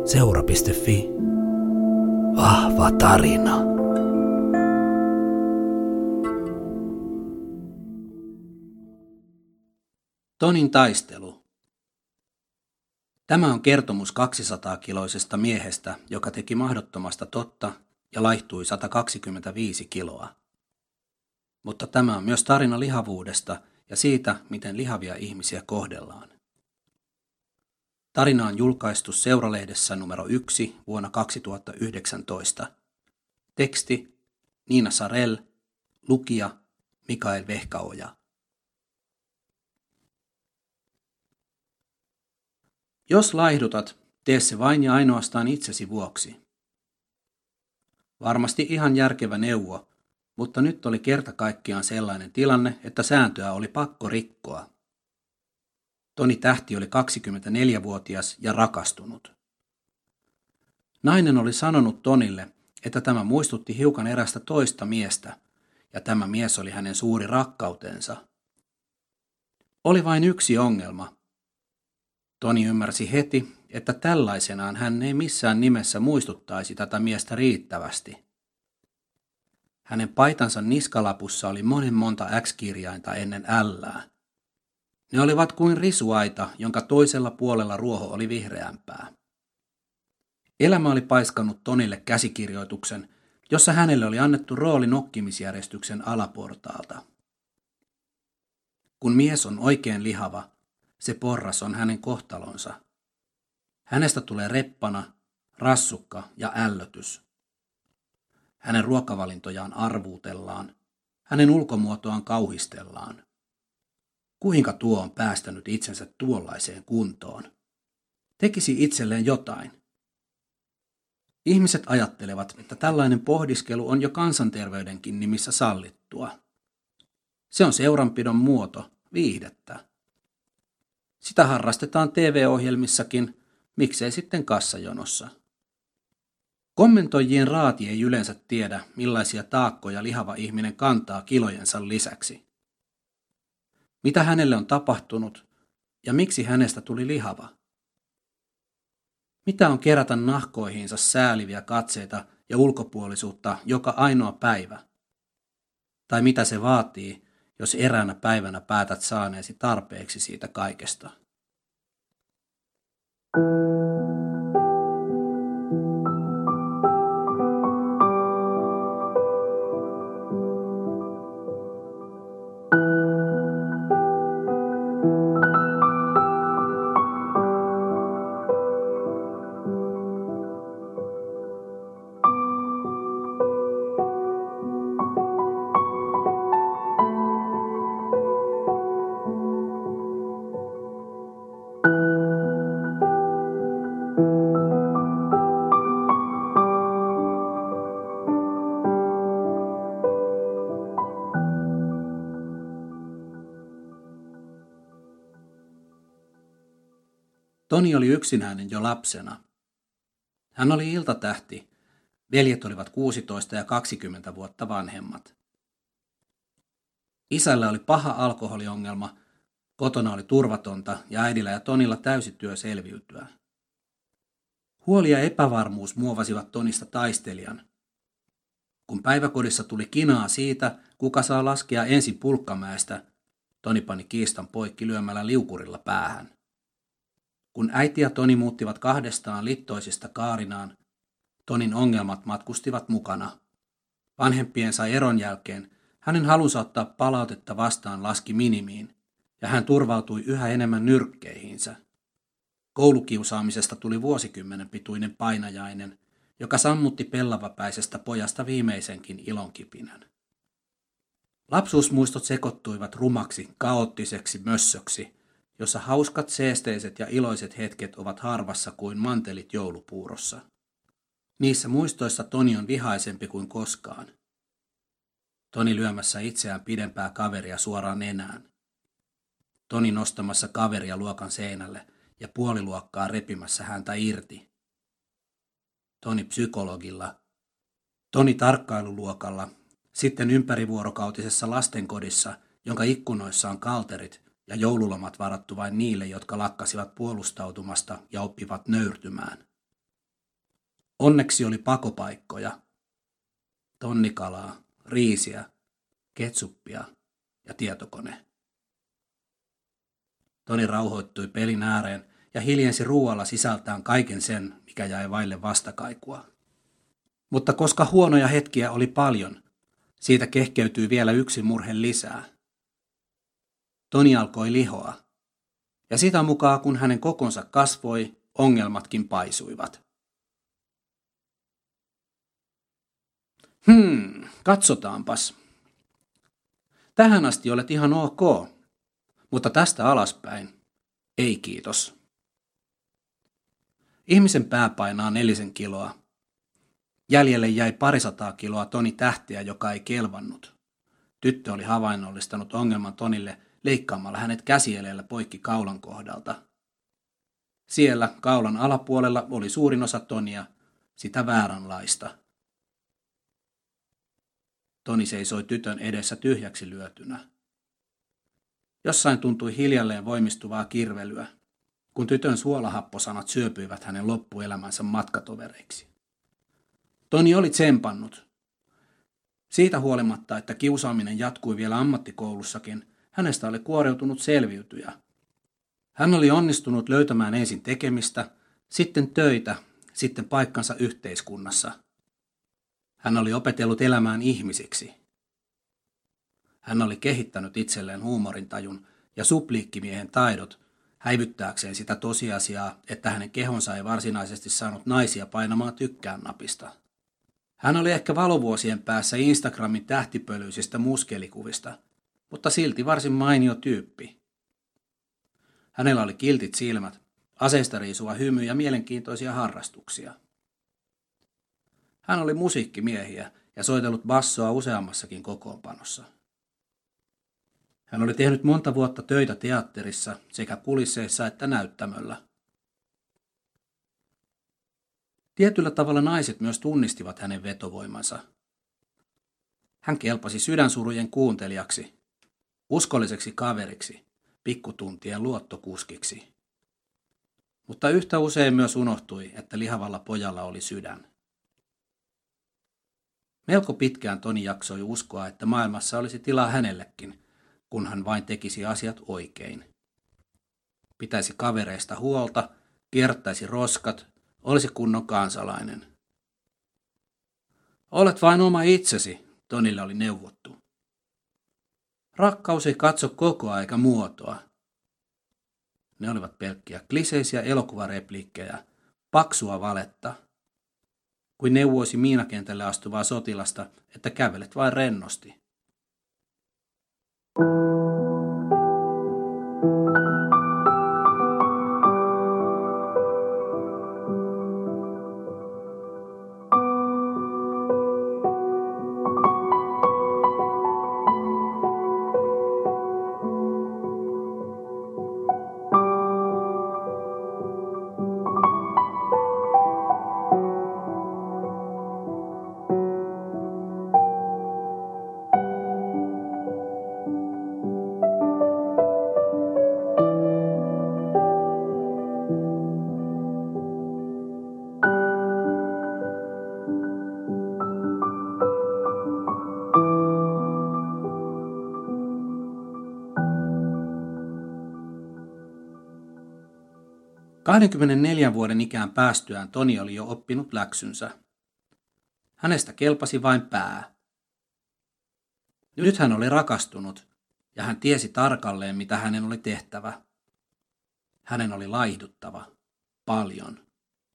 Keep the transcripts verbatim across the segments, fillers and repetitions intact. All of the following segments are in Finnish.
Seura piste fi. Vahva tarina. Tonin taistelu. Tämä on kertomus kaksisataakiloisesta miehestä, joka teki mahdottomasta totta ja laihtui sata kaksikymmentäviisi kiloa. Mutta tämä on myös tarina lihavuudesta ja siitä, miten lihavia ihmisiä kohdellaan. Tarina on julkaistu Seuralehdessä numero yksi vuonna kaksituhattayhdeksäntoista. Teksti Niina Sarell, lukija Mikael Vehkaoja. Jos laihdutat, tee se vain ja ainoastaan itsesi vuoksi. Varmasti ihan järkevä neuvo, mutta nyt oli kerta kaikkiaan sellainen tilanne, että sääntöä oli pakko rikkoa. Toni Tähti oli kaksikymmentäneljävuotias ja rakastunut. Nainen oli sanonut Tonille, että tämä muistutti hiukan erästä toista miestä, ja tämä mies oli hänen suuri rakkautensa. Oli vain yksi ongelma. Toni ymmärsi heti, että tällaisenaan hän ei missään nimessä muistuttaisi tätä miestä riittävästi. Hänen paitansa niskalapussa oli monen monta X-kirjainta ennen L:ää. Ne olivat kuin risuaita, jonka toisella puolella ruoho oli vihreämpää. Elämä oli paiskannut Tonille käsikirjoituksen, jossa hänelle oli annettu rooli nokkimisjärjestyksen alaportaalta. Kun mies on oikein lihava, se porras on hänen kohtalonsa. Hänestä tulee reppana, rassukka ja ällötys. Hänen ruokavalintojaan arvuutellaan, hänen ulkomuotoaan kauhistellaan. Kuinka tuo on päästänyt itsensä tuollaiseen kuntoon? Tekisi itselleen jotain. Ihmiset ajattelevat, että tällainen pohdiskelu on jo kansanterveydenkin nimissä sallittua. Se on seuranpidon muoto, viihdettä. Sitä harrastetaan T V-ohjelmissakin, miksei sitten kassajonossa. Kommentoijien raati ei yleensä tiedä, millaisia taakkoja lihava ihminen kantaa kilojensa lisäksi. Mitä hänelle on tapahtunut ja miksi hänestä tuli lihava? Mitä on kerätä nahkoihinsa sääliviä katseita ja ulkopuolisuutta joka ainoa päivä? Tai mitä se vaatii, jos eräänä päivänä päätät saaneesi tarpeeksi siitä kaikesta? Toni oli yksinäinen jo lapsena. Hän oli iltatähti, veljet olivat kuusitoista ja kaksikymmentä vuotta vanhemmat. Isällä oli paha alkoholiongelma, kotona oli turvatonta ja äidillä ja Tonilla täysi työ selviytyä. Huoli ja epävarmuus muovasivat Tonista taistelijan. Kun päiväkodissa tuli kinaa siitä, kuka saa laskea ensin Pulkkamäestä, Toni pani kiistan poikki lyömällä liukurilla päähän. Kun äiti ja Toni muuttivat kahdestaan Littoisista Kaarinaan, Tonin ongelmat matkustivat mukana. Vanhempiensa eron jälkeen hänen halunsa ottaa palautetta vastaan laski minimiin, ja hän turvautui yhä enemmän nyrkkeihinsä. Koulukiusaamisesta tuli vuosikymmenen pituinen painajainen, joka sammutti pellavapäisestä pojasta viimeisenkin ilonkipinän. Lapsuusmuistot sekoittuivat rumaksi, kaoottiseksi mössöksi, jossa hauskat, seesteiset ja iloiset hetket ovat harvassa kuin mantelit joulupuurossa. Niissä muistoissa Toni on vihaisempi kuin koskaan. Toni lyömässä itseään pidempää kaveria suoraan nenään. Toni nostamassa kaveria luokan seinälle ja puoliluokkaa repimässä häntä irti. Toni psykologilla. Toni tarkkailuluokalla, sitten ympärivuorokautisessa lastenkodissa, jonka ikkunoissa on kalterit ja joululomat varattu vain niille, jotka lakkasivat puolustautumasta ja oppivat nöyrtymään. Onneksi oli pakopaikkoja, tonnikalaa, riisiä, ketsuppia ja tietokone. Toni rauhoittui pelin ääreen ja hiljensi ruualla sisältään kaiken sen, mikä jäi vaille vastakaikua. Mutta koska huonoja hetkiä oli paljon, siitä kehkeytyi vielä yksi murhe lisää. Toni alkoi lihoa, ja sitä mukaan kun hänen kokonsa kasvoi, ongelmatkin paisuivat. Hmm, katsotaanpas. Tähän asti olet ihan ok, mutta tästä alaspäin, ei kiitos. Ihmisen pää painaa nelisen kiloa. Jäljelle jäi parisataa kiloa Toni tähteä, joka ei kelvannut. Tyttö oli havainnollistanut ongelman Tonille leikkaamalla hänet käsieleellä poikki kaulan kohdalta. Siellä kaulan alapuolella oli suurin osa Tonia, sitä vääränlaista. Toni seisoi tytön edessä tyhjäksi lyötynä. Jossain tuntui hiljalleen voimistuvaa kirvelyä, kun tytön suolahapposanat syöpyivät hänen loppuelämänsä matkatovereiksi. Toni oli tsempannut. Siitä huolimatta, että kiusaaminen jatkui vielä ammattikoulussakin, hänestä oli kuoriutunut selviytyjä. Hän oli onnistunut löytämään ensin tekemistä, sitten töitä, sitten paikkansa yhteiskunnassa. Hän oli opetellut elämään ihmisiksi. Hän oli kehittänyt itselleen huumorintajun ja supliikkimiehen taidot häivyttääkseen sitä tosiasiaa, että hänen kehonsa ei varsinaisesti saanut naisia painamaan tykkään napista. Hän oli ehkä valovuosien päässä Instagramin tähtipölyisistä muskelikuvista, mutta silti varsin mainio tyyppi. Hänellä oli kiltit silmät, aseista riisuva hymy ja mielenkiintoisia harrastuksia. Hän oli musiikkimiehiä ja soitellut bassoa useammassakin kokoonpanossa. Hän oli tehnyt monta vuotta töitä teatterissa sekä kulisseissa että näyttämöllä. Tietyllä tavalla naiset myös tunnistivat hänen vetovoimansa. Hän kelpasi sydänsurujen kuuntelijaksi, uskolliseksi kaveriksi, pikkutuntien luottokuskiksi. Mutta yhtä usein myös unohtui, että lihavalla pojalla oli sydän. Melko pitkään Toni jaksoi uskoa, että maailmassa olisi tilaa hänellekin, kun hän vain tekisi asiat oikein. Pitäisi kavereista huolta, kiertäisi roskat, olisi kunnon kansalainen. Olet vain oma itsesi, Tonille oli neuvottu. Rakkaus ei katso kokoa eikä muotoa. Ne olivat pelkkiä kliseisiä elokuvarepliikkejä, paksua valetta. Kuin neuvoisi miinakentälle astuvaa sotilasta, että kävelet vain rennosti. kaksikymmentäneljä vuoden ikään päästyään Toni oli jo oppinut läksynsä. Hänestä kelpasi vain pää. Nyt hän oli rakastunut ja hän tiesi tarkalleen, mitä hänen oli tehtävä. Hänen oli laihduttava. Paljon.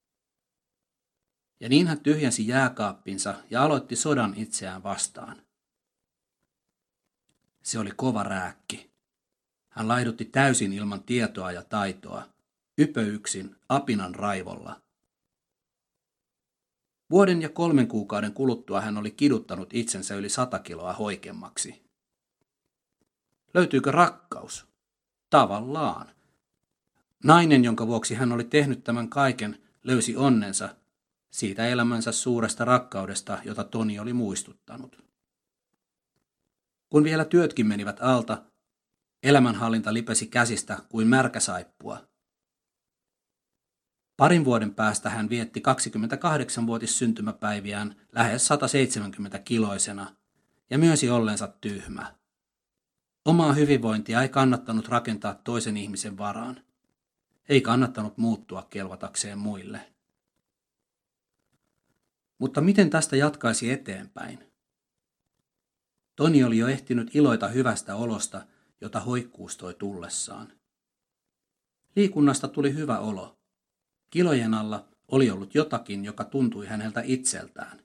Ja niin hän tyhjensi jääkaappinsa ja aloitti sodan itseään vastaan. Se oli kova rääkki. Hän laihdutti täysin ilman tietoa ja taitoa. Ypöyksin, apinan raivolla. Vuoden ja kolmen kuukauden kuluttua hän oli kiduttanut itsensä yli sata kiloa hoikemmaksi. Löytyykö rakkaus? Tavallaan. Nainen, jonka vuoksi hän oli tehnyt tämän kaiken, löysi onnensa siitä elämänsä suuresta rakkaudesta, jota Toni oli muistuttanut. Kun vielä työtkin menivät alta, elämänhallinta lipesi käsistä kuin märkä saippua. Parin vuoden päästä hän vietti kaksikymmentäkahdeksanvuotis syntymäpäiviään lähes sataseitsemänkymmentä kiloisena ja myönsi ollensa tyhmä. Omaa hyvinvointia ei kannattanut rakentaa toisen ihmisen varaan. Ei kannattanut muuttua kelvatakseen muille. Mutta miten tästä jatkaisi eteenpäin? Toni oli jo ehtinyt iloita hyvästä olosta, jota hoikkuus toi tullessaan. Liikunnasta tuli hyvä olo. Kilojen alla oli ollut jotakin, joka tuntui häneltä itseltään.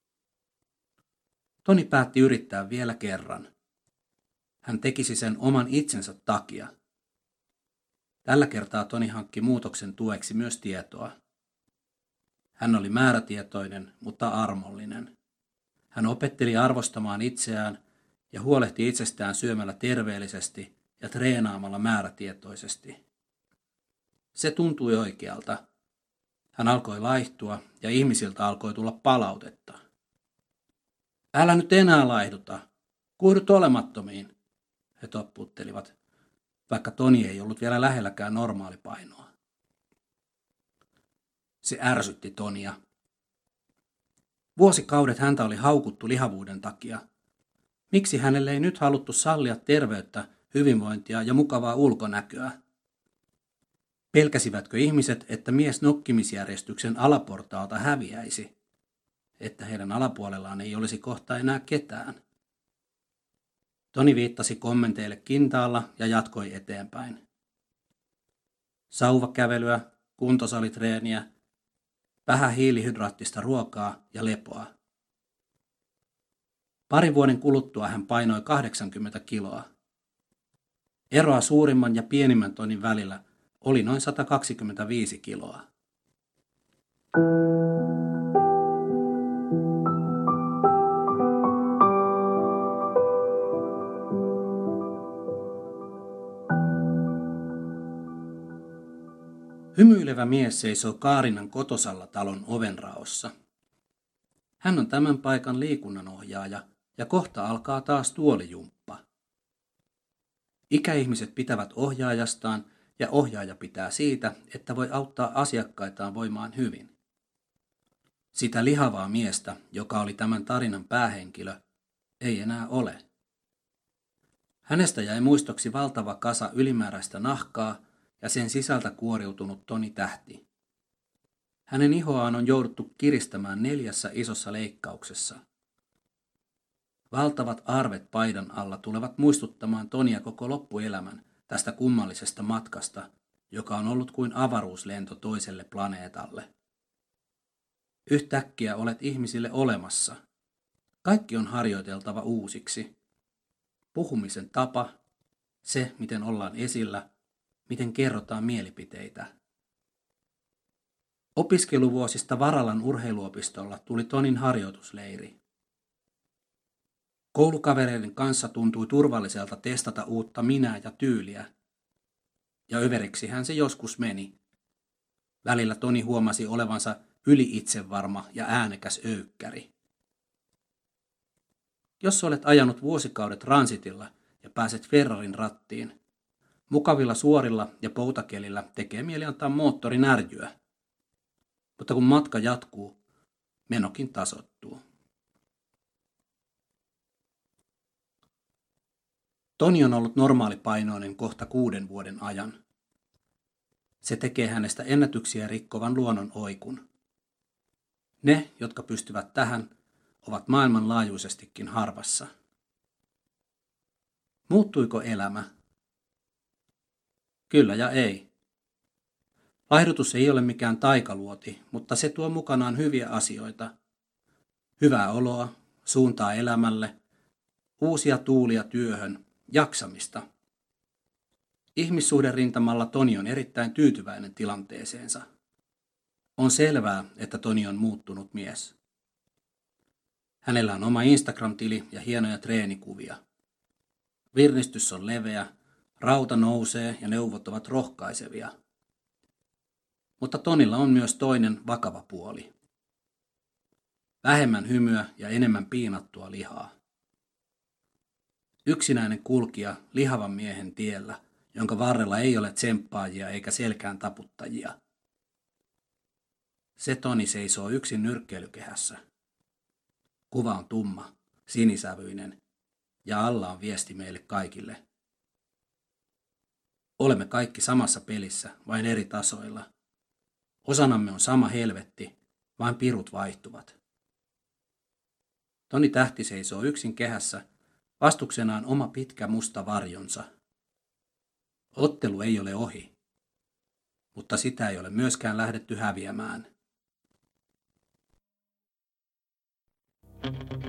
Toni päätti yrittää vielä kerran. Hän tekisi sen oman itsensä takia. Tällä kertaa Toni hankki muutoksen tueksi myös tietoa. Hän oli määrätietoinen, mutta armollinen. Hän opetteli arvostamaan itseään ja huolehti itsestään syömällä terveellisesti ja treenaamalla määrätietoisesti. Se tuntui oikealta. Hän alkoi laihtua ja ihmisiltä alkoi tulla palautetta. Älä nyt enää laihduta. Kuihdut olemattomiin, he toppuuttelivat, vaikka Toni ei ollut vielä lähelläkään normaalipainoa. Se ärsytti Tonia. Vuosikaudet häntä oli haukuttu lihavuuden takia. Miksi hänelle ei nyt haluttu sallia terveyttä, hyvinvointia ja mukavaa ulkonäköä? Pelkäsivätkö ihmiset, että mies nokkimisjärjestyksen alaportaalta häviäisi? Että heidän alapuolellaan ei olisi kohta enää ketään? Toni viittasi kommenteille kintaalla ja jatkoi eteenpäin. Sauvakävelyä, kuntosalitreeniä, vähän hiilihydraattista ruokaa ja lepoa. Parin vuoden kuluttua hän painoi kahdeksankymmentä kiloa. Eroa suurimman ja pienimmän Tonin välillä oli noin sata kaksikymmentäviisi kiloa. Hymyilevä mies seisoo Kaarinan Kotosalla talon ovenraossa. Hän on tämän paikan liikunnanohjaaja ja kohta alkaa taas tuolijumppa. Ikäihmiset pitävät ohjaajastaan ja ohjaaja pitää siitä, että voi auttaa asiakkaitaan voimaan hyvin. Sitä lihavaa miestä, joka oli tämän tarinan päähenkilö, ei enää ole. Hänestä jäi muistoksi valtava kasa ylimääräistä nahkaa ja sen sisältä kuoriutunut Toni Tähti. Hänen ihoaan on jouduttu kiristämään neljässä isossa leikkauksessa. Valtavat arvet paidan alla tulevat muistuttamaan Tonia koko loppuelämän tästä kummallisesta matkasta, joka on ollut kuin avaruuslento toiselle planeetalle. Yhtäkkiä olet ihmisille olemassa. Kaikki on harjoiteltava uusiksi. Puhumisen tapa, se miten ollaan esillä, miten kerrotaan mielipiteitä. Opiskeluvuosista Varalan urheiluopistolla tuli Tonin harjoitusleiri. Koulukavereiden kanssa tuntui turvalliselta testata uutta minää ja tyyliä. Ja överiksi hän se joskus meni. Välillä Toni huomasi olevansa yli-itsevarma ja äänekäs öykkäri. Jos olet ajanut vuosikaudet transitilla ja pääset Ferrarin rattiin, mukavilla suorilla ja poutakelillä tekee mieli antaa moottorin ärjyä. Mutta kun matka jatkuu, menokin tasoittuu. Toni on ollut normaalipainoinen kohta kuuden vuoden ajan. Se tekee hänestä ennätyksiä rikkovan luonnon oikun. Ne, jotka pystyvät tähän, ovat maailmanlaajuisestikin harvassa. Muuttuiko elämä? Kyllä ja ei. Laihdutus ei ole mikään taikaluoti, mutta se tuo mukanaan hyviä asioita. Hyvää oloa, suuntaa elämälle, uusia tuulia työhön, jaksamista. Ihmissuhderintamalla Toni on erittäin tyytyväinen tilanteeseensa. On selvää, että Toni on muuttunut mies. Hänellä on oma Instagram-tili ja hienoja treenikuvia. Virnistys on leveä, rauta nousee ja neuvot ovat rohkaisevia. Mutta Tonilla on myös toinen vakava puoli. Vähemmän hymyä ja enemmän piinattua lihaa. Yksinäinen kulkija lihavan miehen tiellä, jonka varrella ei ole tsemppaajia eikä selkään taputtajia. Se Toni seisoo yksin nyrkkeilykehässä. Kuva on tumma, sinisävyinen ja alla on viesti meille kaikille. Olemme kaikki samassa pelissä, vain eri tasoilla. Osanamme on sama helvetti, vain pirut vaihtuvat. Toni Tähti seisoo yksin kehässä, vastuksenaan oma pitkä musta varjonsa. Ottelu ei ole ohi, mutta sitä ei ole myöskään lähdetty häviämään.